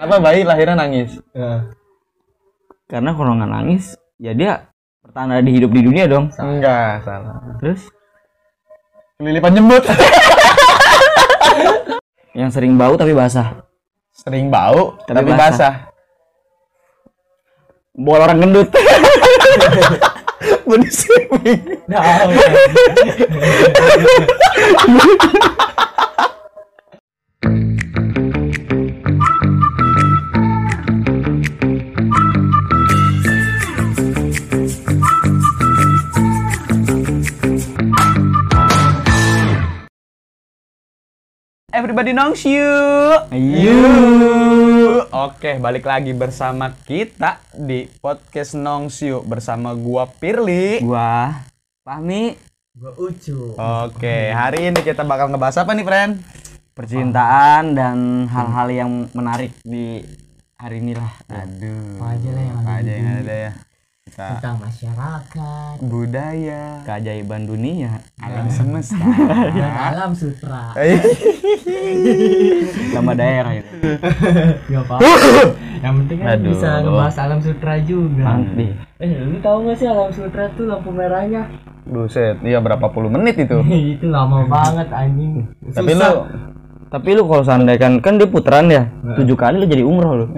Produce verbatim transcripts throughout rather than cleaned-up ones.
Apa bayi lahirnya nangis? Ya. Karena kalau nggak nangis, ya dia pertanda di hidup di dunia dong. Enggak, salah. Terus Kelilipan jembut. yang sering bau tapi basah. Sering bau Tapi tapi, basah. basah. Bol orang gendut. Body shaming. Everybody knows you. Ayo. Oke, balik lagi bersama kita di podcast Nongsiu bersama gua Pirli. Gua Fahmi. Gua Ucu. Oke, hari ini kita bakal ngebahas apa nih, friend? Percintaan dan hal-hal yang menarik di hari ini lah. Aduh. Apa aja lah yang apa ada aja di yang dunia. ada ya. Kita Tentang masyarakat budaya, Keajaiban dunia. alam semesta. dan alam sutra. Sama daerah itu. Gak apa-apa. Yang penting kan Aduh. bisa ngebahas alam sutra juga. Mantap. Eh, lu tahu gak sih alam sutra tuh lampu merahnya? Buset, iya berapa puluh menit itu. Itu lama banget anjing. Tapi lu Susah. Tapi lu kalau seandainya kan kan dia putaran ya. Tujuh kali lu jadi umroh lu.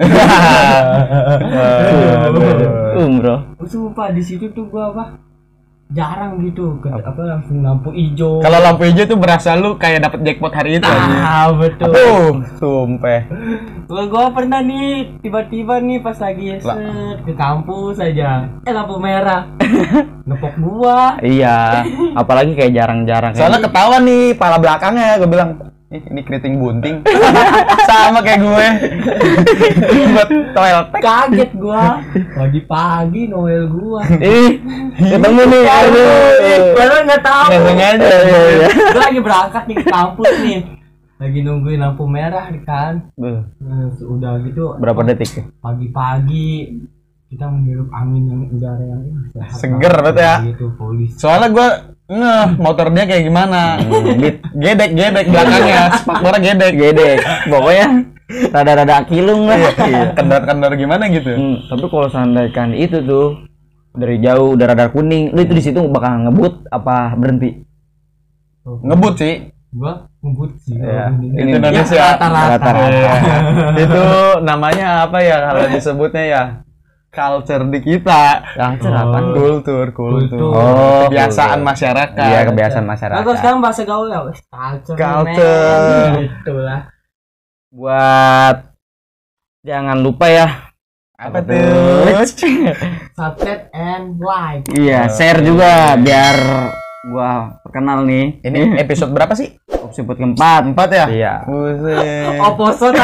Umroh. Sumpah di situ tuh gua apa? Jarang gitu ke, apa langsung lampu hijau. kalau lampu hijau tuh berasa lu kayak dapet jackpot hari itu aja. Ah, betul. Tuh, sumpah. Gua, gua pernah nih tiba-tiba nih pas lagi set ke kampus aja. Eh lampu merah. Nepok gua. Iya, apalagi kayak jarang-jarang kayak Soalnya ketahuan nih pala belakangnya, gue bilang Ih, ini keriting bunting. Sama kayak gue. Buat toel tek. Kaget gua. Pagi-pagi Noel gua. ih, ketemu nih. Aduh. Padahal nggak tahu. Nggak sengaja. Gua lagi berangkat nih ke kampus nih. Lagi nungguin lampu merah kan. Beuh, Nah, udah gitu berapa detik? pagi-pagi kita menghirup angin yang udara yang ih, sehat Seger banget banget ya. gitu polisi. Soalnya gue ngeh motornya kayak gimana. Gedek gedek belakangnya, spakbornya gedek. Gedek. Pokoknya rada-rada kilung lah. Iya. Kendor-kendor gimana gitu. Hmm, tapi kalau seandainya itu tuh dari jauh udah rada kuning, lu itu di situ bakal ngebut apa berhenti? Ngebut sih. Gua ngebut sih. Iya. kalau ini. Ini Ya, Indonesia. rata-rata. Rata-rata. Iya. Itu namanya apa ya kalau disebutnya ya? Culture di kita. Culture Oh. apa? Kultur, kultur. Kultur. Oh, kebiasaan kultur. masyarakat. Iya, kebiasaan Nah, gua masyarakat. sekarang bahasa gaul ya, wes culture. Culture. man. Gitu lah. Buat jangan lupa ya. Apa tuh? Subscribe and like. Iya, share juga biar gua kenal nih. Ini episode berapa sih? opsi buat keempat. Empat ya? Iya. Buset. Opposite.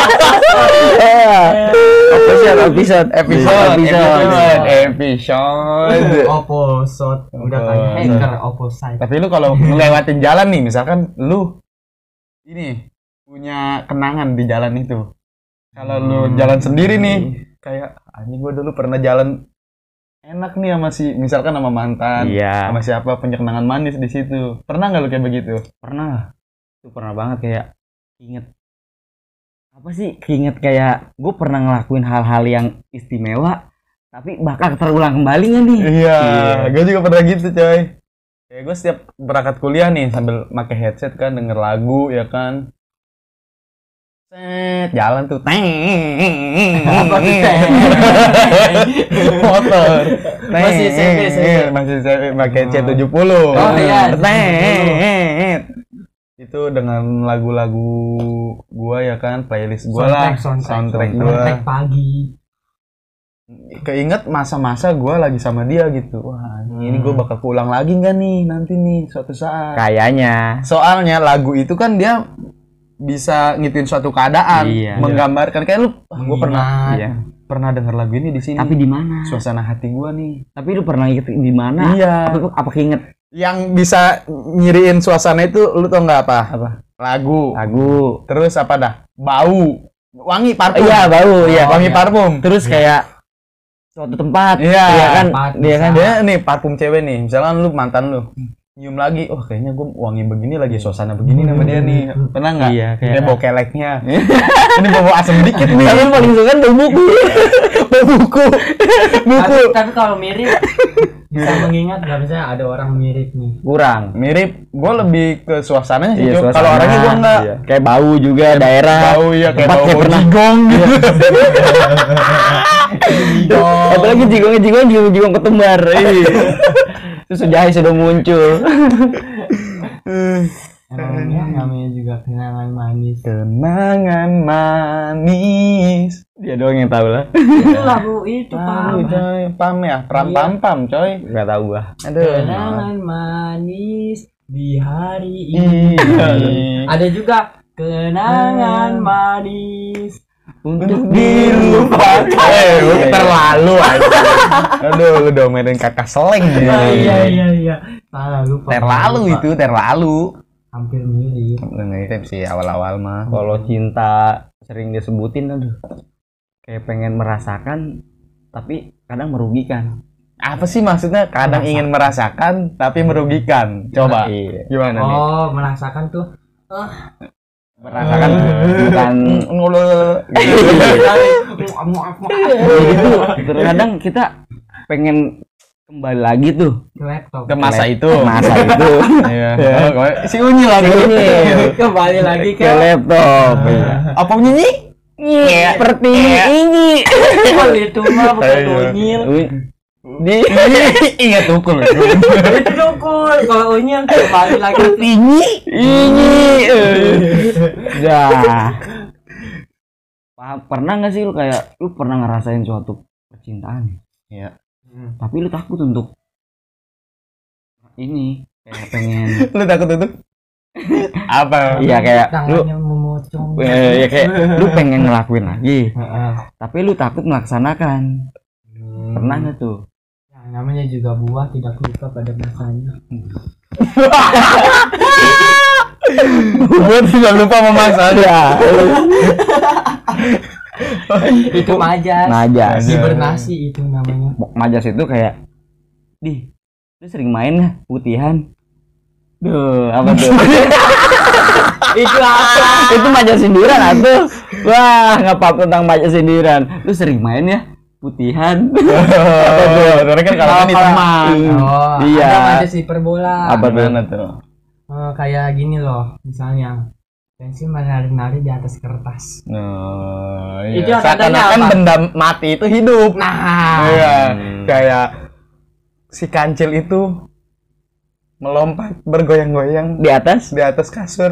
Episode, episode, Episode, episode, episode. episode. Opposite. Udah kayak hacker opposite. Tapi lu kalau ngelewatin jalan nih, misalkan lu ini punya kenangan di jalan itu. Kalau lu jalan sendiri nih, kayak anjing gua dulu pernah jalan enak nih sama si misalkan sama mantan, Iya. sama siapa punya kenangan manis di situ. Pernah nggak lu kayak begitu? Pernah. Itu pernah banget kayak inget apa sih? Keinget kayak gue pernah ngelakuin hal-hal yang istimewa tapi bakal terulang kembali nggak nih? Iya, gue juga pernah gitu coy. Kayak gue setiap berangkat kuliah nih sambil pakai headset kan denger lagu ya kan. Set, jalan tuh teng. Apa tuh, teng? Motor. Masih C V, C V. Masih C V pakai C tujuh puluh. Oh, iya. Teng. Itu dengan lagu-lagu gua ya kan, playlist gua lah, soundtrack gua. Soundtrack pagi. Keinget masa-masa gua lagi sama dia gitu. Wah, ini gua bakal pulang lagi nggak nih nanti nih suatu saat. Kayaknya. Soalnya lagu itu kan dia bisa ngituin suatu keadaan, Iya. menggambarkan kayak lu, wah, gua pernah Iya. pernah denger lagu ini di sini. Tapi di mana? Suasana hati gua nih. Tapi lu pernah inget di mana? Iya. Apa apa keinget Yang bisa nyiriin suasana itu lu tau nggak apa? apa? Lagu. Lagu. Terus apa dah? Bau. Wangi parfum. Iya, bau, iya. Wangi iya. parfum. Terus kayak suatu tempat. Iya. Iya kan? Tempat Iya kan? Dia nih parfum cewek nih. Misalkan lu mantan lu. nyium lagi, oh kayaknya gue wangi begini lagi, suasana begini sama dia nih. Pernah nggak? Iya, kayak- Dia bau keleknya. Ini bau asam dikit nih. Tapi paling suka bau buku. Bau buku. Buku. Tapi, tapi kalau mirip bisa mengingat nggak, misalnya ada orang mirip nih. Kurang. Mirip, gue lebih ke suasananya sih. Iya, Jo. suasana. Kalau orangnya gue enggak. Iya. Kayak bau juga daerah. Bau ya kayak Tempat bau, kayak bau pernah- jigong gitu. Apalagi jigong jigong jigong jigong ketumbar. Iya. Susu jahe sudah muncul. Emang ya namanya juga kenangan manis. Kenangan manis. Dia doang yang tahu lah. Itu lagu itu Pam, Pak. coy. Pam ya, pram Iya. pam pam, coy. Enggak tahu gua. Aduh. Kenangan manis di hari Iya. ini. Ada juga kenangan manis. Untuk Dilupakan. Eh, lu terlalu aja. Aduh, lu domelin kakak seleng Oh, ya. iya iya iya. Salah lupa. Terlalu Lupa. itu, terlalu. Hampir mirip. Mirip sih awal-awal mah. Kalau cinta sering disebutin, aduh, kayak pengen merasakan tapi kadang merugikan. Apa sih maksudnya? Kadang ingin merasakan tapi merugikan. Coba. Iya. Gimana nih? Oh, merasakan tuh. Eh, Merasakan bukan gitu. Terkadang kita pengen kembali lagi tuh ke laptop. ke masa itu. masa itu. Iya. Oh, kau- si Unyi lagi. Kembali lagi Ke ke laptop. Iya. Apa nyanyi? Seperti ini. Kalau itu mah bukan Ayo. unyil. Di Ingat tukul. Itu dukul. Kalau unyil kembali lagi. ini ini. Dah. Pa- Pernah nggak sih lu kayak lu pernah ngerasain suatu percintaan? Iya. Tapi lu takut untuk ini kayak pengen Lu takut tutup? Apa? iya kayak lu Tangannya memocong. eh, ya kayak lu pengen ngelakuin lagi Heeh. tapi lu takut melaksanakan. Pernah nggak tuh? Ya, namanya juga buah tidak lupa pada masanya. Gue tidak lupa memasaknya. Itu majas. Majas. Hibernasi itu namanya. Majas itu kayak di lu sering main nggak putihan? Duh, apa tuh? Itu apa? Itu majas sindiran atuh. Wah, nggak apa tentang majas sindiran. Lu sering main ya putihan? Apa tuh? Karena kan kalau ini teman. Oh, Iya. ada majas hiperbola. Apa tuh? Gimana tuh? Eh, kayak gini loh, misalnya pensil menari-nari di atas kertas. Nah, Itu iya. katanya Seakan-akan apa? benda mati itu hidup. Nah, Iya, Hmm. kayak si kancil itu melompat bergoyang-goyang Di atas? di atas kasur.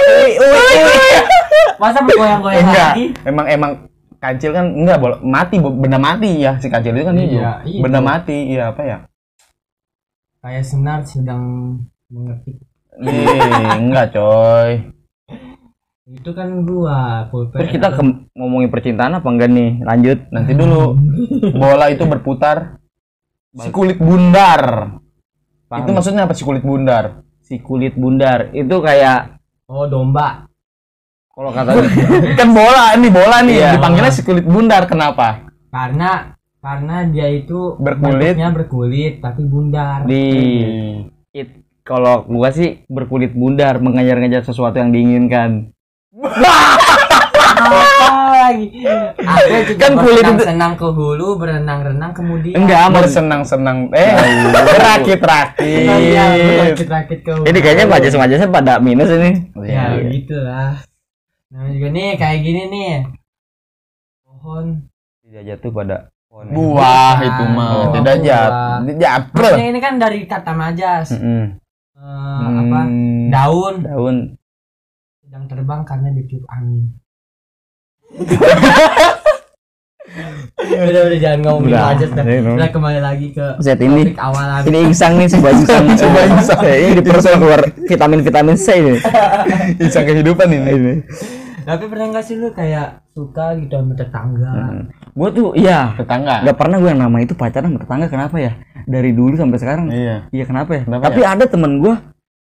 masa bergoyang-goyang Enggak, lagi? emang emang kancil kan enggak boleh mati, bo- benda mati ya si kancil itu kan Iya, hidup. hidup. Benda mati, iya apa ya? Kayak senar sedang mengetik. Ih, enggak coy. Itu kan gua pulpen. Terus kita ke- ngomongin percintaan apa enggak nih? Lanjut. Nanti dulu bola itu berputar. Si kulit bundar. Paham. Itu maksudnya apa si kulit bundar? Si kulit bundar itu kayak Oh, domba. kalau kata Kan bola, ini bola nih. Iya. Dipanggilnya si kulit bundar. Kenapa? Karena karena dia itu Berkulit. bentuknya berkulit tapi bundar. di it, kalau gua sih berkulit bundar mengejar-ngejar sesuatu yang diinginkan. Apa lagi? Ada juga Kan kulit itu- senang ke hulu, berenang-renang kemudian. Enggak, aman. Bersenang-senang. Eh, berakit-rakit. Iya, berakit-rakit ke hulu. Ini kayaknya majas-majasnya pada minus ini. Ya, gitulah. Nah, juga nih kayak gini nih. Pohon. Tidak jatuh pada pohon. Buah Bukan. itu mah. Oh, Tidak buah. jat. Japre. Maksudnya ini kan dari kata majas. Mm-mm. Eh, apa? Hmm. Daun Daun. sedang terbang karena ditiup angin. udah udah jangan ngomongin Udah. majas dah. Udah. Udah kembali lagi ke Set ini. topik awalan. Ini insang nih sebuah insang. Sebuah insang. Ini di perut keluar vitamin-vitamin C ini. Insang kehidupan ini. Tapi pernah nggak sih lu kayak suka gitu sama tetangga? Gue tuh iya Tetangga. nggak pernah gue yang nama itu pacaran sama tetangga. Kenapa ya? Dari dulu sampai sekarang. Iya. Iya kenapa ya? Kenapa Tapi ada temen gue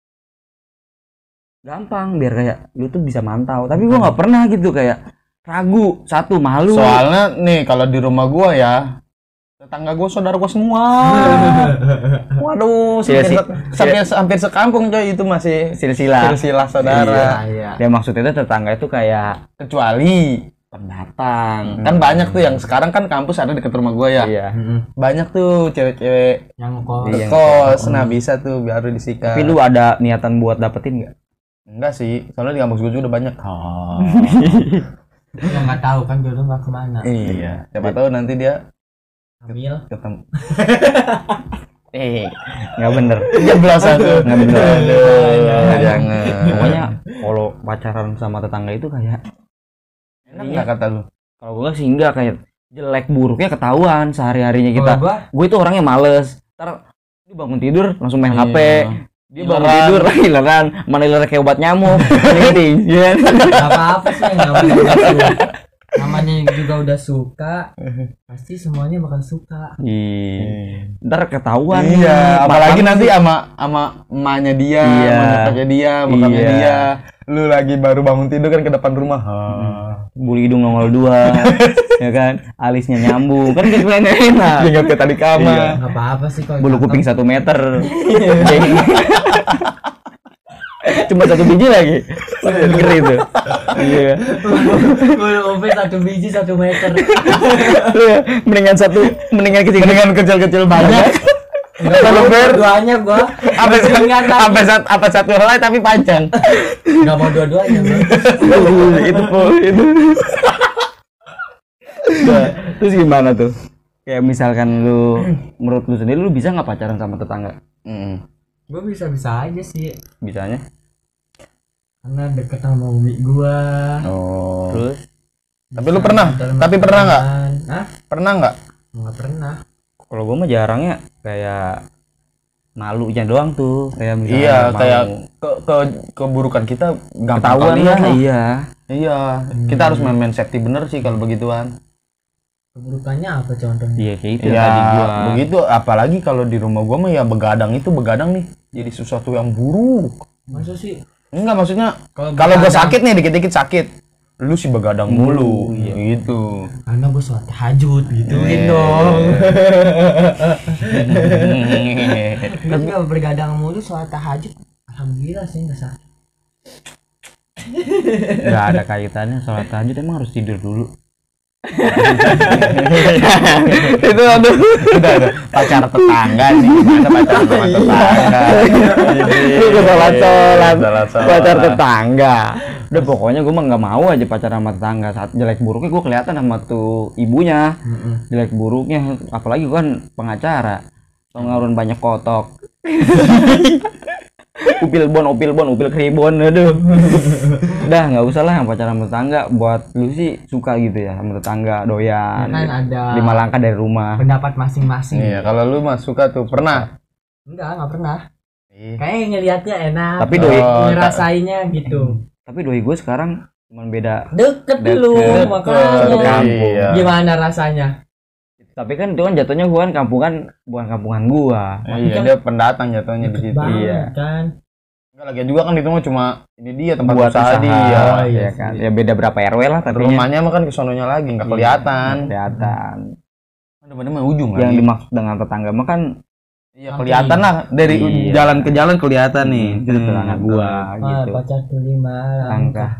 gampang biar kayak lu tuh bisa mantau. Tapi gue nggak pernah gitu kayak ragu satu malu. Soalnya nih kalau di rumah gua ya Tetangga gue saudara gue semua. Waduh, Iya sampai, sih. se- sampai hampir sekampung coy itu masih Silsilah. silsilah saudara. Iya. Ya maksudnya itu tetangga itu kayak Kecuali pendatang. Kan banyak tuh yang sekarang kan kampus ada dekat rumah gue ya. iya. Banyak tuh cewek-cewek Yang kok Iya. kos. Nah, bisa tuh baru disikat. Tapi lu ada niatan buat dapetin nggak? Enggak sih, soalnya di kampus gue juga udah banyak. Oh. yang nggak tahu kan jodoh nggak kemana. Iya, siapa tahu nanti dia Hamil. ketemu. Eh, nggak bener. Jeblas aku. Nggak bener. Jangan. Jangan. Pokoknya kalau pacaran sama tetangga itu kayak Enak nggak kata lu? kalau gue sih enggak, kayak jelek buruknya ketahuan sehari-harinya kita. Kalau gua Gue itu orangnya males. Ntar dia bangun tidur langsung main H P. Iya. Dia bangun Ileran. tidur ileran, mana ileran kayak obat nyamuk. Penting, ya. nggak apa-apa sih yang namanya udah suka. Namanya juga udah suka, pasti semuanya bakal suka. Iya. Ntar ketahuan. Iya, apalagi Makan nanti sih. sama sama emaknya dia, Iya. sama nyokapnya dia, bokapnya Iya. dia. Lu lagi baru bangun tidur kan ke depan rumah. Ha. bulu hidung nongol dua, ya kan, alisnya nyambung, kan gitu kan enak. Tinggal ke tadi Iya. kamar. Nggak apa-apa sih kalau Bulu cakep. kuping satu meter. Cuma satu biji lagi. Ngeri tuh. Iya. Bulu kuping satu biji satu meter. Mendingan satu, mendingan kecil Dengan kecil-kecil banyak. Kalau dua-duanya gua Apa Ingat lagi. apa satu apa satu helai tapi panjang. nggak mau dua-duanya bro. itu po itu. Nah, terus gimana tuh? Kayak misalkan lu, menurut lu sendiri lu bisa nggak pacaran sama tetangga? Mm. Gua bisa-bisa aja sih Bisanya? karena deket sama umi gua. Oh. Terus? Tapi lu pernah? Tapi pernah nggak? Hah? Pernah nggak? Nggak pernah. Kalau gua mah jarangnya kayak malunya doang tuh, kayak misalnya Iya, mau kayak ke, ke keburukan kita gampang ketahuan kelihat lah. lah. Iya. Iya, kita harus main-main safety bener sih kalau begituan. Keburukannya apa contohnya? Iya kayak itu Iya, tadi gua. begitu. Apalagi kalau di rumah gua mah ya begadang itu begadang nih, jadi sesuatu yang buruk. Masa sih? Enggak, maksudnya Kalau kalau gua begadang- sakit nih dikit-dikit sakit, lu sih begadang mulu, iya. gitu. Karena gua sholat tahajud gituin Eh. dong. Tapi kalau bergadang mulu sholat tahajud, alhamdulillah sih nggak sakit. Nggak ada kaitannya sholat tahajud, emang harus tidur dulu. Itu aduh, udah ada pacar tetangga nih, gimana pacar sama tetangga? Lu ke sholat sholat, Sholat-sholat. pacar tetangga. Udah pokoknya gue mah nggak mau aja pacaran sama tetangga. Saat jelek buruknya gue kelihatan sama tuh ibunya. Jelek buruknya, apalagi gue kan pengacara, pengaruh banyak kotok. upil bon, upil bon, upil kribon, aduh. Udah nggak usah lah yang pacaran sama tetangga. Buat lu sih suka gitu ya sama tetangga, doyan. Kan ada Lima langkah dari rumah. pendapat masing-masing. Iya, kalau lu mah suka tuh pernah. Enggak, nggak pernah. Ih. Kayak ngelihatnya enak. Tapi doi, Oh, ngerasainnya gitu. tapi doi gue sekarang cuman beda. Deket Deket. dulu Deket. makanya. Kampung. Iya. Gimana rasanya? Tapi kan itu kan jatuhnya gua kan kampungan, bukan kampungan gua. Iya, dia pendatang jatuhnya di situ. Banget Iya. kan. Enggak lagi juga kan itu mah cuma ini dia tempat Buat usaha, usaha, dia. Oh, iya ya kan. Ya beda berapa R W lah tapi Rumahnya mah kan ke sononya lagi enggak kelihatan. kelihatan. Bener-bener mah ujung Yang lagi. dimaksud dengan tetangga mah kan Iya, kelihatan lah dari Iya. jalan ke jalan kelihatan nih. itu tetangga gua Wah, gitu. pacarku lima Langkah.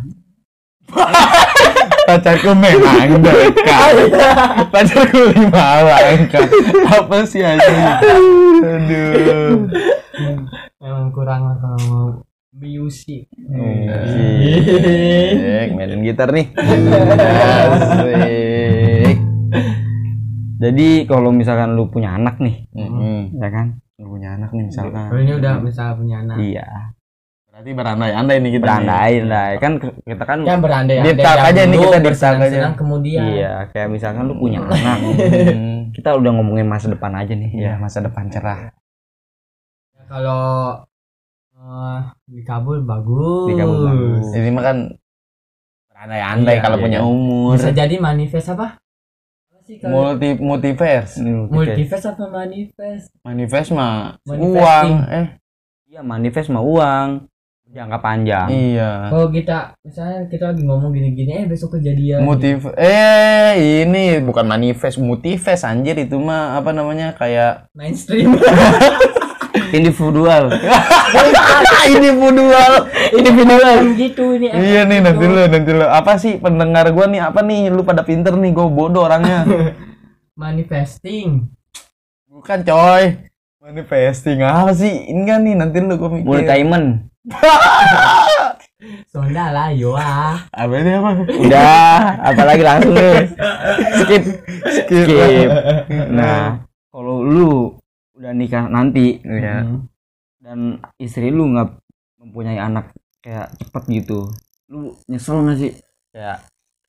Pacarku memang dekat. Pacarku lima langkah. Apa sih aja? Aduh. Memang kurang lah kalau mau music. Asik, mainin gitar nih. Asik. Jadi kalau misalkan lu punya anak nih, Mm-mm. ya kan? Lu punya anak nih Kalau misalkan. ini udah misalnya punya anak. Iya. Berarti berandai-andai nih kita. nih. Berandai-andai kan kita kan Yang berandai Deep talk aja nih kita, deep talk aja. kemudian. iya, kayak misalkan lu punya anak. Hmm. Kita udah ngomongin masa depan aja nih. Iya, masa depan cerah. Kalau eh, dikabul bagus. Dikabul bagus. Ini mah kan berandai-andai Iya, kalau iya. punya umur. Bisa jadi manifest apa? Apa sih kalau Multi multiverse. multiverse apa manifest? Manifest mah Manifesting. uang. Eh, Iya, manifest mah uang. jangka panjang. Iya. Kalau kita misalnya kita lagi ngomong gini-gini, eh besok kejadian. Motiv eh ini bukan manifest, motivasi anjir itu mah apa namanya kayak Mainstream. Individual. individual. Individual. Gitu ini. Iya nih nanti lu nanti lu apa sih pendengar gua nih apa nih lu pada pinter nih gua bodoh orangnya. Manifesting. Bukan coy. Manifesting apa sih? Ini kan nih nanti lu gua mikir. Multaimen. Sonda lah yo ah. Apa ini apa? Udah, apalagi langsung deh. Skip. Skip. Skip. Nah, kalau lu udah nikah nanti ya, Hmm. dan istri lu nggak mempunyai anak kayak cepet gitu, lu nyesel nggak sih? Kayak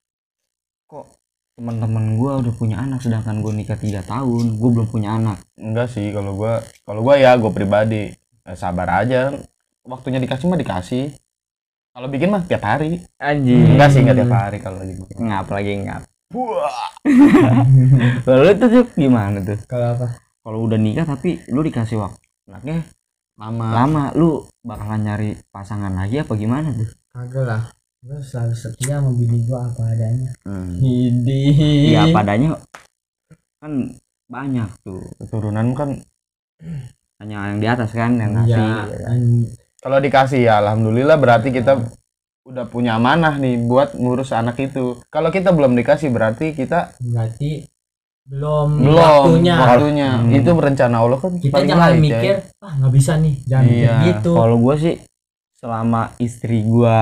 kok teman-teman gua udah punya anak sedangkan gua nikah tiga tahun, gua belum punya anak. Enggak sih kalau gua kalau gua ya gua pribadi eh, sabar aja. Waktunya dikasih mah dikasih. Kalau bikin mah tiap hari. Anjing. Enggak sih enggak tiap hari kalau lagi bikin. Ngap lagi ngap. Wah. Kalau lu tuh Cuk, gimana tuh? Kalau apa? Kalau udah nikah tapi lu dikasih waktu anaknya Mama. lama, lu bakalan nyari pasangan lagi apa gimana tuh? Kagak lah. Gue selalu setia sama bini gua apa adanya. Hmm. Hidi. Iya padanya kan banyak tuh, Keturunan kan hanya yang di atas kan yang ngasih. Ya, Ya. an- kalau dikasih ya alhamdulillah berarti kita udah punya amanah nih buat ngurus anak itu. Kalau kita belum dikasih berarti kita berarti belum, belum waktunya. waktunya. Hmm. Itu rencana Allah kan Kita paling jangan baik, mikir, Jay. ah nggak bisa nih, jangan Iya. mikir gitu. Kalau gue sih selama istri gua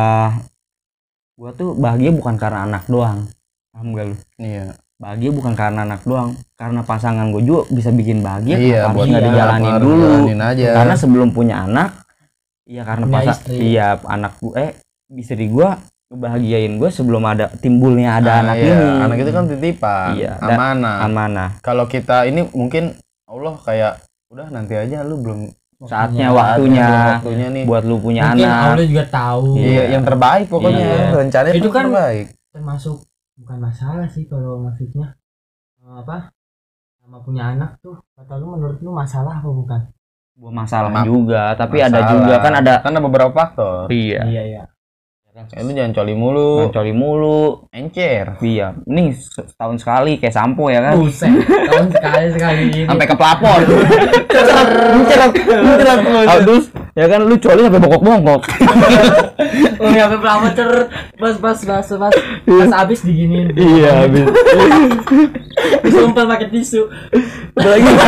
gua tuh bahagia bukan karena anak doang, paham gak lu? Iya. Bahagia bukan karena anak doang, karena pasangan gue juga bisa bikin bahagia. Iya, kenapa buat harus nggak iya, dijalanin harus dulu? jalanin aja. Karena sebelum punya anak, iya karena Punya pas istri. iya anak gue eh istri gue ngebahagiain gue sebelum ada timbulnya ada Nah, anak iya. ini. Anak itu kan titipan, Iya, da- amanah. amanah. Kalau kita ini mungkin Allah kayak udah nanti aja lu belum Saatnya, Waktunya, waktunya, belum waktunya nih. buat lu punya Mungkin anak. Allah juga tahu. Iya, yang terbaik pokoknya. Iya. Rencananya Itu tuh kan- terbaik. Termasuk bukan masalah sih kalau maksudnya eh, apa sama punya anak tuh kata lu menurut lu masalah apa bukan? Buat masalah Ma- juga, tapi ada Masalah. juga kan ada. Kan ada beberapa faktor. Iya. Iya iya. Eh, lu jangan coli mulu, Mencoli mulu. encer. Iya. Ini setahun sekali kayak sampo ya kan. Buset, tahun sekali sekali ini. Sampai ke pelapor. Mencerat, mencerat terus. Ya kan lu coli sampai bongkok-bongkok. Oh ya berapa cer bas bas bas bas pas habis diginiin. Iya, habis. Disumpel pakai tisu. Ada lagi.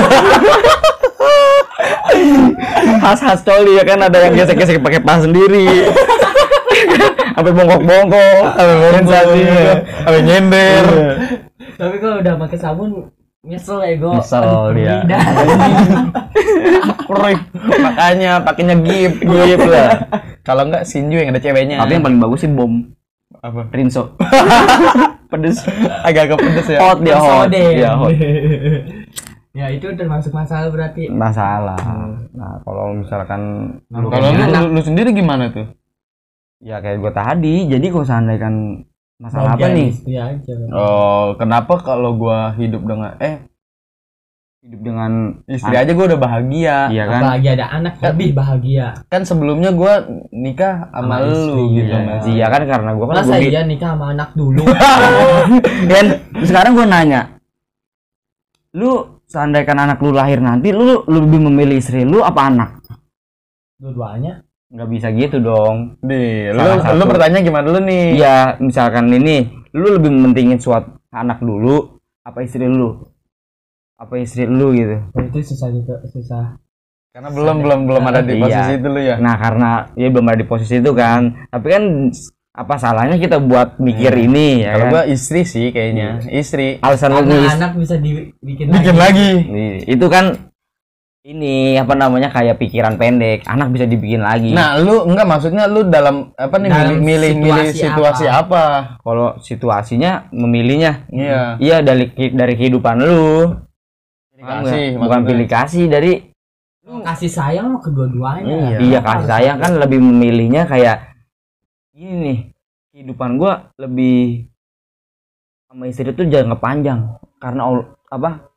Khas-khas coli ya kan ada yang gesek-gesek pakai paha sendiri. Sampai bongkok-bongkok, sampai sensasi, sampai nyender. Tapi kalau udah pakai sabun nyesel ego. Nyesel Aduh, dia. lidah. Perih. Makanya pakainya gip, Gip lah. Kalau enggak Sinju yang ada ceweknya. Tapi yang paling bagus sih bom apa? Rinso. Pedes. Agak-agak pedes ya. Hot dia hot. Sode. Iya hot. Ya itu termasuk masalah berarti. Masalah. Nah, kalau misalkan Nah, lu Kalau lu, Anak. lu, lu sendiri gimana tuh? ya kayak gue tadi, jadi kalau seandainya masalah apa nih? Iya aja. Oh, kenapa kalau gua hidup dengan eh Hidup dengan istri aja gua udah bahagia. iya kan? Apalagi ada anak lebih bahagia. Kan sebelumnya gua nikah sama, Sama lu istri, gitu. iya. Mas. Iya kan karena gue kan Masa gua- iya nikah sama anak dulu? Dan sekarang gue nanya, lu seandainya anak lu lahir nanti, lu, lu lebih memilih istri lu apa anak? Dua-duanya. Nggak bisa gitu dong. Nih, lu, Salah satu. lu bertanya gimana dulu nih? Iya, misalkan ini, lu lebih mementingin suatu anak dulu, apa istri lu? Apa istri lu gitu? Oh, itu susah juga, susah. Karena belum belum belum ada di Iya. posisi itu lu ya. Nah, karena ya belum ada di posisi itu kan. Tapi kan apa salahnya kita buat mikir Iya. ini ya Kalau kan? gua istri sih kayaknya, istri. Alasan lu milih Anak-anak bisa dibikin Bikin lagi. Nih, itu kan ini apa namanya kayak pikiran pendek, anak bisa dibikin lagi. Nah, lu enggak maksudnya lu dalam apa nih Dalam milih milih milih situasi situasi apa? kalau situasinya memilihnya, Iya. iya dari dari kehidupan lu. Paham nggak? Kasih, bukan maksudnya. pilih kasih dari kasih sayang mah kedua-duanya. Iya. iya kasih sayang kan lebih memilihnya kayak gini nih, kehidupan gua lebih sama istri tuh jangka panjang karena ul- apa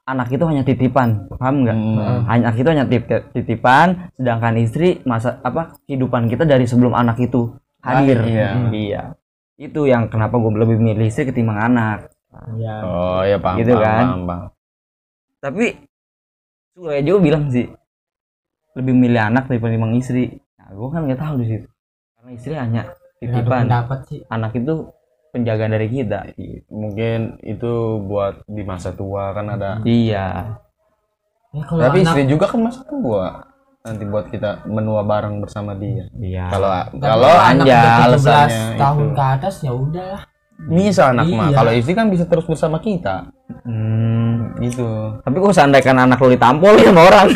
anak itu hanya titipan, paham nggak? Hmm. Anak itu hanya tip- titipan, sedangkan istri masa apa kehidupan kita dari sebelum anak itu hadir. Ah, iya. Iya. Itu yang kenapa gue lebih milih istri ketimbang anak. Iya. Oh ya paham. Gitu paham, kan? paham, paham. Tapi gue juga bilang sih lebih milih anak daripada timbang istri. Nah, gue kan nggak tahu di situ. Karena istri hanya titipan. Pendapat sih. Anak itu penjagaan dari kita. Mungkin itu buat di masa tua kan ada. Iya. Ya, kalau Tapi anak, istri juga kan masa tua. Nanti buat kita menua bareng bersama dia. Iya. Kalau tapi kalau anak anja udah tujuh belas alasannya tahun itu. ke atas ya udahlah. Bisa anak mah. Iya. Kalau istri kan bisa terus bersama kita. Hmm. Gitu. Tapi kok seandainya anak lu ditampol sama orang.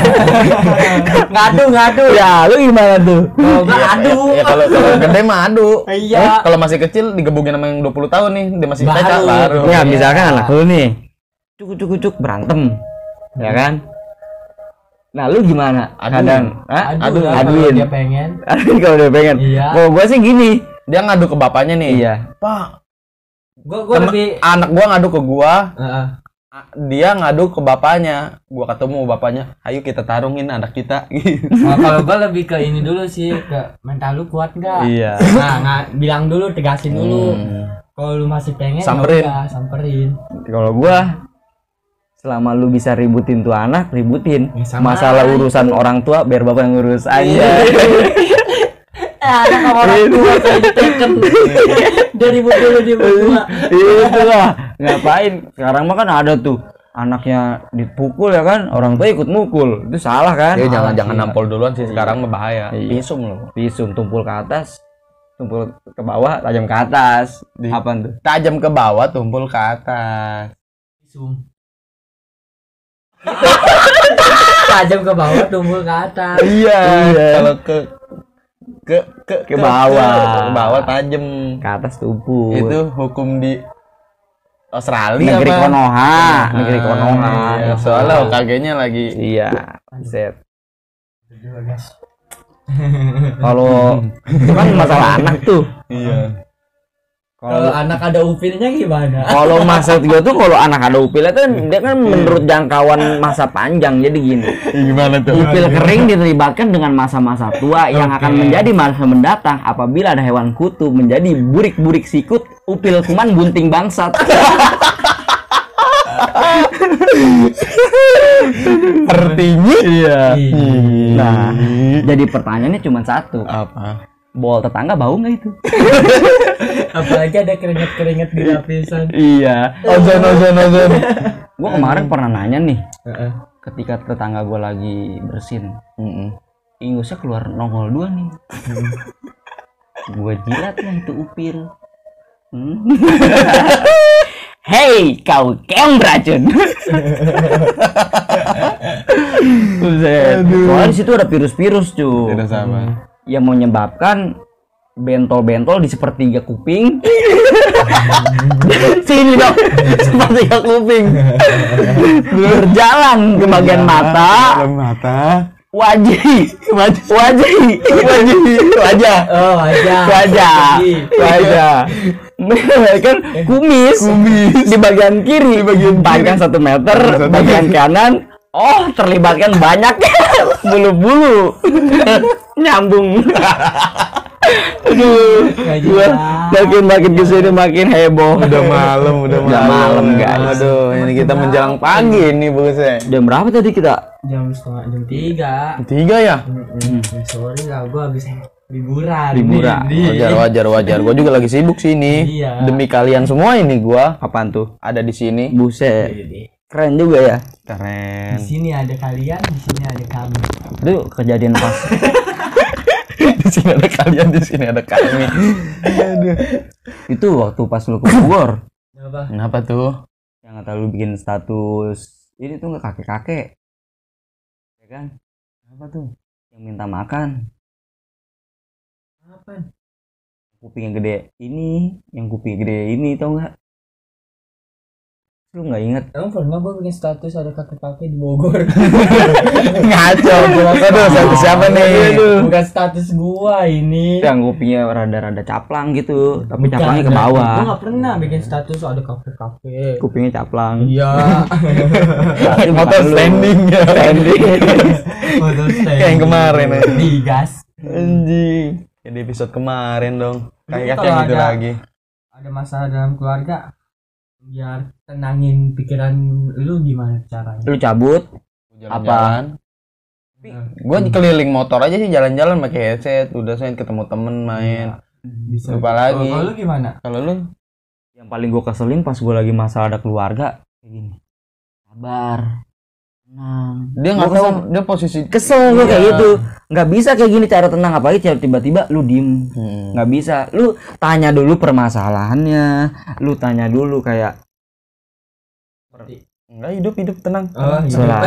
ngadu ngadu ya, lu gimana tuh? Kalau gua Iya, aduh. ya, ya kalau kalau gede mah adu. Iya. Eh, Kalau masih kecil digebugin sama yang dua puluh tahun nih, dia masih Baru. T K baru. Ya, Iya. misalkan anak lu nih cuk cuk cuk berantem. Ya kan? Nah, lu gimana? Aduh. Kadang, Hah? Aduh, aduh, lah, kalau aduin. dia pengen. Aduin kalau dia pengen. Iya. Kalau gua sih gini. Dia ngadu ke bapaknya nih. Iya. Pak, Gua gua Temen- lebih anak gua ngadu ke gua, Heeh. a- dia ngadu ke bapaknya. Gua ketemu bapaknya, ayo kita tarungin anak kita. Nah, kalau gua lebih ke ini dulu sih, ke mental lu kuat enggak? Iya. Nah, nggak bilang dulu, tegasin dulu. Hmm. Kalau lu masih pengen, ya Samperin. udah, samperin. Kalau gua selama lu bisa ributin tuh anak, ributin. Ya, sama Masalah aja. urusan orang tua biar bapak yang ngurus aja. Eh, ada sama orang tua kayak diteken. Dari dulu di tua. Itu lah. Ngapain? Sekarang mah kan ada tuh anaknya dipukul ya kan, orang tua ikut mukul. Itu salah kan? Dia jangan sih. jangan nampol duluan sih, sekarang mah bahaya. Iya. Pisum loh. Visum tumpul ke atas, tumpul ke bawah, tajam ke atas. Di- Apaan tuh? Tajam ke bawah, tumpul ke atas. Zoom. Tajam ke bawah, tumpul ke atas. Iya. Iya. Kalau ke ke ke Ke bawah. ke bawah tajam. Ke atas tumpul. Itu hukum di Australia negeri apa? Konoha, negeri Konoha. Iya, soalnya O K G-nya lagi Iya, set. Kalau itu kan masalah anak tuh. iya. Kalau Kalau anak ada upilnya gimana? kalau maksud gue tuh kalau anak ada upilnya tuh dia kan menurut jangkauan masa panjang, jadi gini. Gimana tuh? Upil kering dilibatkan dengan masa-masa tua yang akan menjadi masa mendatang apabila ada hewan kutu menjadi burik-burik sikut, upil kuman bunting bangsat. Pertinggi. Iya. Ih. Nah, jadi pertanyaannya cuma satu. Apa? Bol tetangga bau nggak itu? Apalagi ada keringet-keringet di lapisan. Iya. Ozon ozon ozon. Gua kemarin pernah nanya nih, Heeh. ketika tetangga gua lagi bersin, ingusnya keluar nongol dua nih. Gua jilat lah itu upil. Hmm. Hei, kau keong beracun. Buset. Soalnya di situ ada virus-virus cuy, Tidak sama. yang menyebabkan bentol-bentol di sepertiga kuping. Sini dong, sepertiga kuping. Berjalan ke bagian mata, Mata. wajah, wajah, wajah, wajah, wajah, Oh, wajah. wajah, Jadi, wajah. Kan kumis, di bagian kiri, panjang satu meter, bagian kanan. Oh, terlibatkan banyak bulu-bulu nyambung. Aduh, Nggak gua jelas. makin makin kesini makin heboh. Udah malam, udah Udah malam, guys. Aduh, ini kita menjelang pagi nih, Bosnya. Jam berapa tadi kita? jam setengah jam tiga. Tiga ya? Hmm. Ya, sorry lah, gua habis liburan. Liburan. Di- di- Wajar, wajar, wajar. Gua juga lagi sibuk sini. Iya. Demi kalian semua ini gua Apaan tuh? ada di sini. Buset, di- keren juga ya. Di Keren. sini ada kalian, di sini ada kami. Itu kejadian pas. Di sini ada kalian, di sini ada kami. Aduh. Itu waktu pas lu ke Bogor. Apa? Kenapa tuh? Yang kata lu bikin status ini tuh nggak kakek-kakek, ya kan? Apa tuh? Yang minta makan, Apa? kuping yang gede ini, yang kuping gede ini, tau nggak? Lu nggak inget? Emang pernah gue bikin status ada kakek-kakek di Bogor. Ngaco. Aduh, status siapa nih? Bukan status gua ini. Yang kupingnya rada-rada caplang gitu, tapi Bukan, caplangnya ke Gua bawah. nggak pernah bikin status ada kafe-kafe. Kupingnya caplang. Iya. Tapi Foto bukan lu. standing ya. Standing. Foto stand. Kayak yang kemarin aja. Digas. Anjing. Kayak di episode kemarin dong. Lu Kayak kalau yang gitu ada- lagi. Ada masalah dalam keluarga, biar tenangin pikiran lu gimana caranya? Lu cabut Jalan-jalan. Gua keliling motor aja sih, jalan-jalan pakai headset, udah saya ketemu temen main. Bisa. Lupa lagi. Kalau lu gimana? Kalau lu yang paling gue keselin pas gue lagi masalah ada keluarga kayak gini. Sabar. Tenang. dia nggak Gua tahu kesel. dia posisi Kesel gue kayak Iya. gitu. Nggak bisa kayak gini cara tenang, apalagi cara tiba-tiba lu diem. Hmm. Nggak bisa. Lu tanya dulu permasalahannya. Lu tanya dulu kayak Enggak, hidup hidup tenang. Oh, iya. Selah.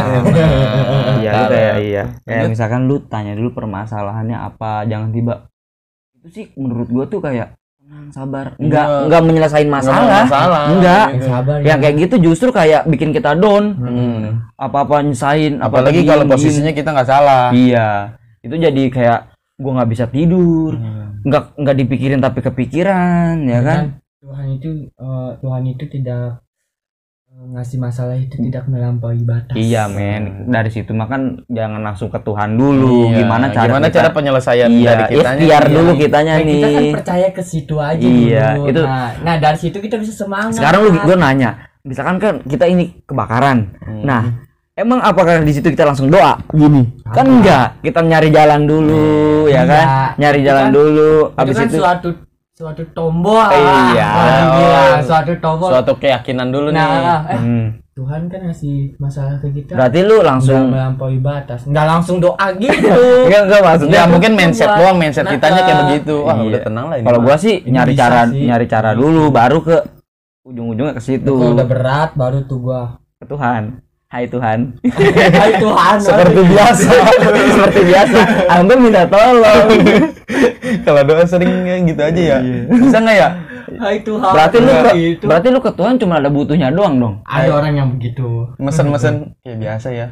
Iya, lu kayak iya. Kayak Lanjut. misalkan lu tanya dulu permasalahannya apa, jangan tiba. Itu sih menurut gua tuh kayak tenang, sabar. Enggak, Iya. enggak menyelesaikan Nggak masalah. mau masalah. Enggak. Yang sabar Yang kayak gitu justru kayak bikin kita down. Hmm. Apa-apa nyesain, Apalagi apalagi kalau diem. posisinya kita nggak salah. Iya. Itu jadi kayak gua nggak bisa tidur. Hmm. Nggak nggak dipikirin tapi kepikiran, ya kan? Tuhan itu eh, Tuhan itu tidak eh, ngasih masalah itu tidak melampaui batas. Iya, men. Dari situ mah kan jangan langsung ke Tuhan dulu. Iya. Gimana cara Gimana kita- cara penyelesaian Iya, dari kitanya? ikhtiar Iya. dulu kitanya Nah, nih. kita kan percaya ke situ aja Iya, dulu. itu- Nah, nah, dari situ kita bisa semangat. Sekarang lu gue nanya, misalkan kan kita ini kebakaran. Hmm. Nah, emang apakah di situ kita langsung doa gini? Kan enggak, kita nyari jalan dulu, ya kan? Iya. Nyari Itu jalan kan- dulu. itu Habis kan itu suatu suatu tombol. Iya. Wah, gila, Oh. suatu tombol. Suatu keyakinan dulu nih. Nah, eh, Hmm. Tuhan kan ngasih masalah ke kita. Berarti lu Nggak langsung melampaui batas. Nggak langsung doa gitu. enggak enggak maksudnya Ya mungkin mindset Buat- doang, mindset Nah, kitanya kayak eh, begitu. Wah, iya. udah tenang lah ini. kalau mah. gua sih Ini nyari bisa cara sih. nyari cara dulu baru ke ujung-ujungnya ke situ. Kalau udah berat baru tuh gua. Ke Tuhan. Hai Tuhan. Hai Tuhan. seperti biasa. Seperti biasa, Anda minta tolong. Kalau doa sering gitu aja ya. Bisa nggak ya? Hai Tuhan. Berarti lu Nah, ke, itu. berarti lu ke Tuhan cuma ada butuhnya doang dong. Ada orang yang begitu. Mesen-mesen kayak biasa ya.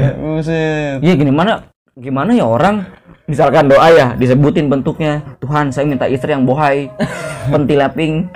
Buset. Iya gimana gimana ya orang misalkan doa ya disebutin bentuknya Tuhan saya minta istri yang bohai pentilaping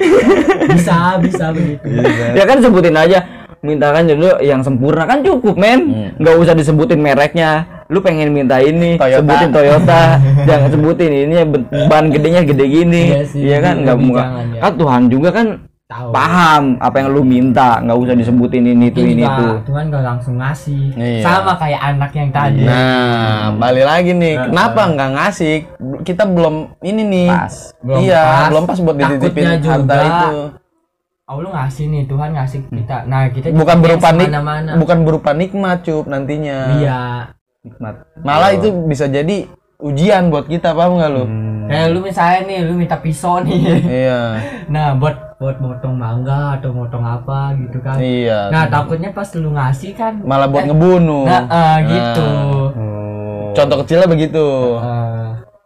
Bisa, bisa begitu. ya kan sebutin aja mintakan dulu yang sempurna kan cukup men Hmm. nggak usah disebutin mereknya lu pengen minta ini Toyota. sebutin Toyota jangan sebutin ini ben- ban gedenya gede gini Iya sih, iya kan nggak lebih muka jangan ya. kan Tuhan juga kan Tahu. paham apa yang lu minta nggak usah disebutin ini itu Mungkin ini juga itu Tuhan nggak langsung ngasih. Iya. Sama kayak anak yang tadi. Nah, balik lagi nih. Kenapa nggak ngasih? Kita belum ini nih. pas Belum iya, pas. belum pas buat dititipin Takutnya juga. harta itu. Allah ngasih nih, Tuhan ngasih ke kita. Nah, kita Bukan juga berupa nik, semana-mana. bukan berupa nikmat, cup nantinya. Iya. nikmat Malah itu bisa jadi ujian buat kita, paham nggak lu? Kayak lu misalnya nih, lu minta pisau nih. Iya, Nah, buat buat motong mangga atau motong apa gitu kan. iya. Nah, takutnya pas lu ngasih kan Malah buat eh, ngebunuh. Nah, eh, gitu. Contoh kecilnya begitu. Eh,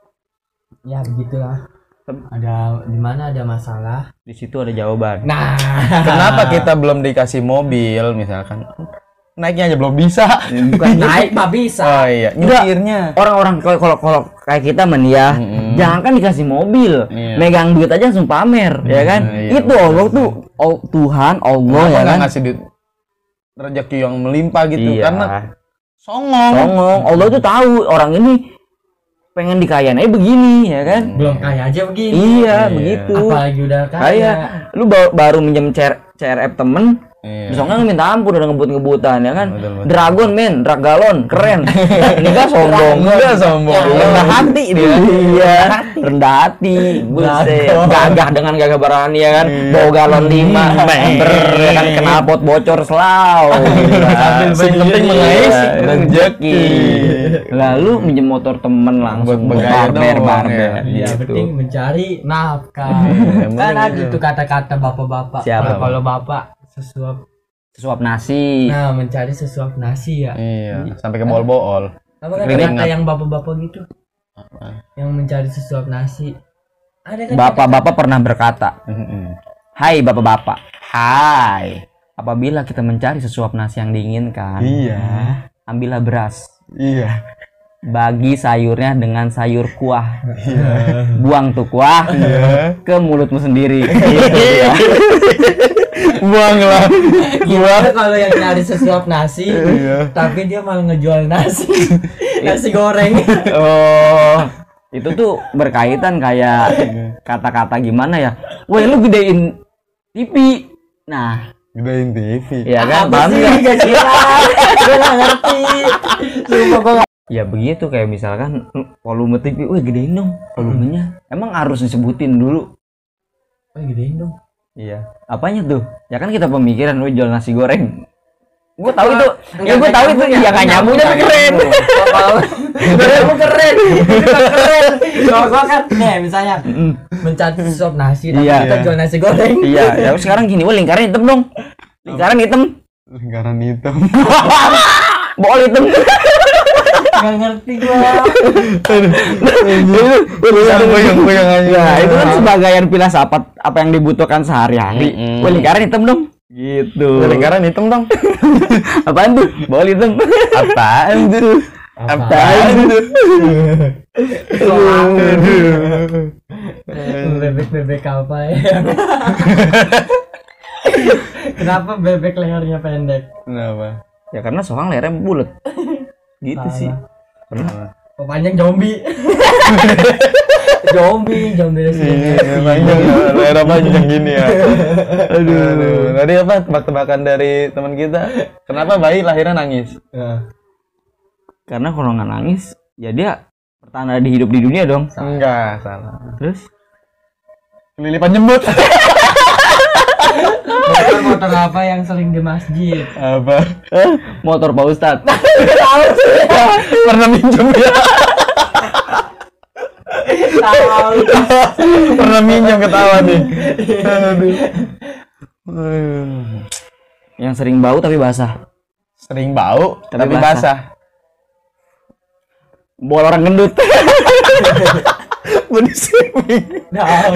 ya begitulah. Ada di mana ada masalah. di situ ada jawaban Nah, Kenapa kita belum dikasih mobil, misalkan? Naiknya aja belum bisa. bukan naik mah bisa. Oh iya, Enggak. nyupirnya. orang-orang kalau kalau kalau kayak kita men ya Mm-mm. jangan kan dikasih mobil Iya. megang duit aja langsung pamer ya kan iya, itu Allah tuh oh, Tuhan Allah Kenapa ya nggak kan ngasih duit rezeki yang melimpah gitu? iya Karena songong. songong Allah tuh tahu orang ini pengen dikayain aja begini ya kan Belum kaya aja begini. iya Iya. begitu Apalagi udah kaya. kayak lu ba- baru minjem C R C R F temen Iya. besoknya lu minta ampun udah ngebut-ngebutan ya kan Betul, betul. Dragon men drag galon keren ini kan sombong Enggak sombong. rendah hati dia iya rendah hati buset gagah dengan gagah berani ya kan bawa galon lima ber ya kan knalpot bocor selau Si penting mengais rezeki. lalu minjem motor temen langsung Buat bergaya barber doang, barber ya. Iya, gitu. penting mencari nafkah. Yang Kan penting ada gitu. tuh kata-kata bapak-bapak. Siapa? Kalau kalau bapak sesuap, suap nasi nah mencari sesuap nasi ya. Iya, sampai ke bol-bol. Apa kan Keringat. kata yang bapak-bapak gitu? Yang mencari sesuap nasi. Ada kan bapak-bapak pernah berkata Mm-mm. hai bapak-bapak hai apabila kita mencari sesuap nasi yang diinginkan, Iya. ambillah beras, Iya. bagi sayurnya dengan sayur kuah, buang tuh kuah ke mulutmu sendiri. Gitu ya. Buanglah. Gimana kalau yang nyari sesuap nasi, tapi dia malah ngejual nasi, nasi goreng. Oh, itu tuh berkaitan kayak kata-kata gimana ya? Woi, lu gedein T V. Nah, Gedein T V. ya kan, Apa paham sih nggak? gak sih? Gue gak ngerti. Sumpah gue gak. Ya begitu, kayak misalkan volume T V, wih gedein dong volumenya. Emang harus disebutin dulu. Oh gedein dong. Iya. Apanya tuh? Ya kan kita pemikiran, wih jual nasi goreng. Gue tahu itu, ya gue tahu itu ya kan nyambung tapi keren. Kamu keren, keren. Kalau gua kan, nih misalnya mencari sesuap nasi, tapi Iya. kita jual nasi goreng. Iya, ya sekarang gini, wah lingkaran hitam dong. Lingkaran hitam, Lingkaran hitam. bool hitam. Gak ngerti gua. Goyang-goyang aja. Nah, itu kan sebagaian filsafat apa yang dibutuhkan sehari-hari. Mm-mm. Wah lingkaran hitam dong. Gitu. Lingkaran hitam dong. Apaan tuh? Bool hitam. Apaan tuh? Apaan tuh? Bebek-bebek apa ya? Kenapa bebek lehernya pendek? Kenapa? Ya karena soang lehernya bulat. Gitu Salah. sih. Kenapa? Oh, panjang zombie. zombie, zombie dari sini. Iya, panjang, daerah panjang gini ya. Aduh. Tadi apa tebak-tebakan dari teman kita? Kenapa bayi lahirnya nangis? Nah, Karena kalau nggak nangis, ya dia pertanda di hidup di dunia dong. Enggak, salah. Terus? Kelilipan jembut. motor-motor apa yang sering di masjid? Apa? Eh, motor Pak Ustadz. Pernah minjem ya? Tahu. Pernah minjem ketawa nih. Aduh. Aduh. Yang sering bau tapi basah. Sering bau Tapi tapi, basah. basah. Bola orang gendut. Body shaming. Tahu.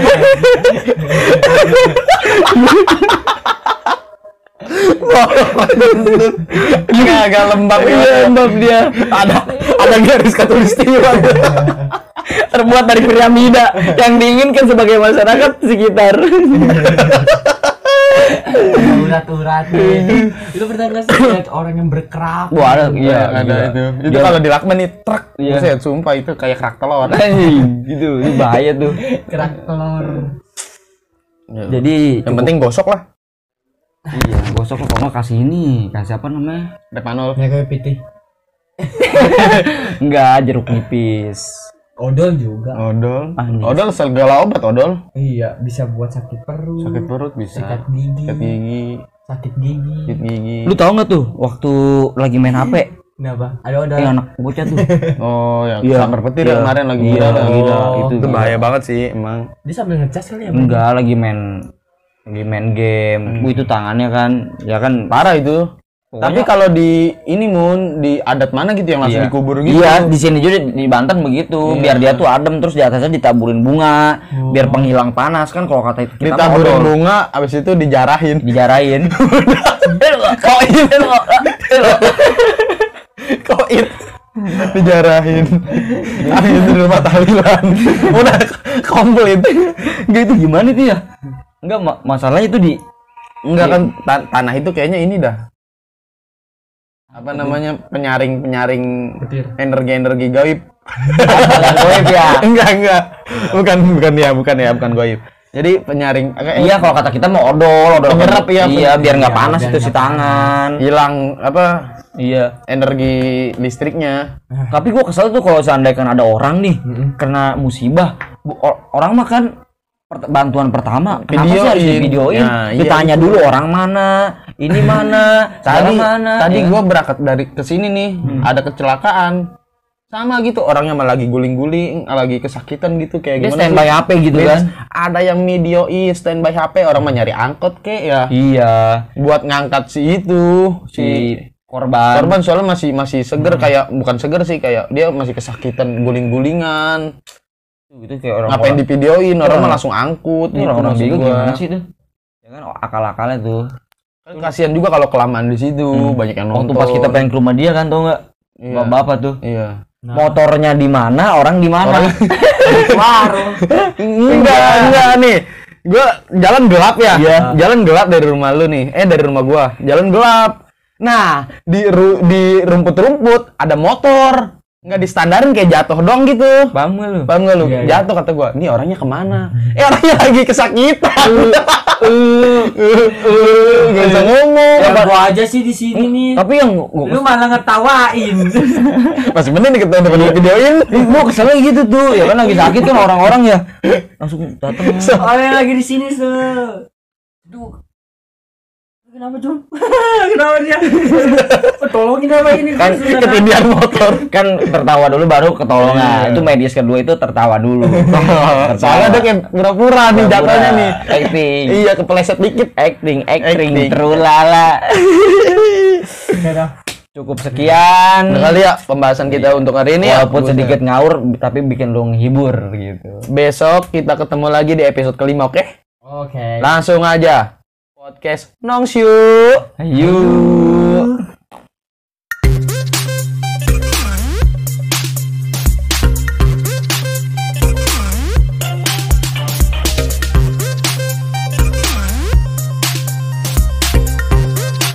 Ini agak lembab ya. Lembab dia. Ada ada garis katulistiwa. Terbuat dari piramida yang diinginkan sebagai masyarakat sekitar. Urat-urat nih. Itu pernah nggak sih lihat orang yang berkerak? Wah, ada, iya, ada gila. itu. Itu Dia- kalau di Lakman nih truk. Iya. Buset, sumpah itu kayak kerak telur. gitu, itu bahaya tuh. Kerak telur. Jadi Yang penting gosok lah. iya, gosok kok nggak kasih ini, kasih apa namanya? Depanol. Ya kayak piti. Enggak, jeruk nipis. Odol juga. Odol. Anjing. Odol segala obat odol. Iya, bisa buat sakit perut. Sakit perut bisa. Sikat gigi. Sikat gigi. Sakit gigi. Sakit gigi. Lu tahu nggak tuh waktu lagi main H P Kenapa? Ada odol. yang anak bocah tuh? Oh, yang Iya. sambar petir Iya. yang kemarin lagi Iya, viral. gila. Oh, Itu itu gila. bahaya banget sih emang. Dia sambil ngecas kali ya? Enggak, lagi main lagi main game. Wih, itu tangannya kan, ya kan Parah itu. Tapi pokoknya- kalau di ini Mun, di adat mana gitu yang langsung Iya. dikubur gitu. Iya, di sini juga di, di Banten begitu, Iya. biar dia tuh adem, terus di atasnya ditaburin bunga, biar penghilang panas kan kalau kata itu kita mah Ditaburin odol. bunga, abis itu dijarahin. Dijarahin. Koin. Koin. Dijarahin. Abis itu di rumah tahlilan. Udah komplit. Gitu gimana itu ya? Enggak, ma- masalahnya itu di Enggak kan ta- tanah itu kayaknya ini dah. Apa namanya? Penyaring-penyaring Petir. energi-energi gaib. goib ya. Enggak, enggak. Bukan bukan ya, bukan ya, bukan gaib. Jadi penyaring agak Iya, kalau kata kita mau odol, odol Penyerap, iya, Iya, biar nggak Iya, panas biar itu si nggak tangan. hilang apa Iya. energi listriknya. Tapi gua kesel tuh kalau seandainya ada orang nih Mm-mm. kena musibah, Bu- or- orang mah kan per- bantuan pertama kenapa sih Videoin. harus divideoin? Nah, iya, Ditanya itu. dulu orang mana, ini mana, Tadi tadi mana. tadi ya. gua berangkat dari ke sini nih, ada kecelakaan. Sama gitu orangnya malah lagi guling-guling, lagi kesakitan gitu kayak Dia gimana standby sih? H P gitu Dia- kan. Ada yang videoin standby H P, orang mah nyari angkot kek ya. Iya, Buat ngangkat si itu, si si korban. korban soalnya masih masih seger kayak bukan seger sih kayak dia masih kesakitan guling-gulingan. Gitu kayak orang Ngapain di videoin, orang Orang- mah langsung angkut Ini gitu orang-orang maksud bego gua. gimana sih tuh? Ya kan akal-akalnya tuh. Kan kasihan juga kalau kelamaan di situ, Hmm. banyak yang nonton. Waktu pas kita pengen ke rumah dia kan, tau nggak? Iya. Bapak-bapak tuh. Iya. Nah. Motornya di mana, orang di mana? Warung. Enggak, enggak nih. Gua jalan gelap ya. Iya. Jalan gelap dari rumah lu nih. Eh dari rumah gua. Jalan gelap. Nah, di ru- di rumput-rumput ada motor. Nggak distandarin kayak jatuh dong gitu. Paham nggak lu? Paham nggak lu? Iya, iya. Jatuh kata gua. Nih orangnya kemana? Eh orangnya lagi kesakitan. Gak bisa ngomong. Ya gua aja sih di sini nih. Tapi yang gua Lu malah ngetawain. Masih mending nih kita udah videoin. gua keselnya gitu tuh. Ya kan lagi sakit kan orang-orang ya. Langsung datang. Oh, yang lagi di sini, Se. Aduh. Kenapa, Jun? Kenapa dia? Tolongin apa ini? Kan Susah. Ketindihan motor. Kan tertawa dulu baru ketolongan. Iya. Itu medis kedua itu tertawa dulu. Soalnya dia kayak pura-pura nih jatuhnya nih. Acting. Iya kepeleset dikit. Acting, acting, Acting. terulala. Ya dah. Cukup sekian. Udah kali ya pembahasan kita untuk hari ini ya. Walaupun sedikit ngawur tapi bikin lu menghibur gitu. Besok kita ketemu lagi di episode kelima, oke? Oke. Langsung aja. Podcast Nongsyu. Ayo.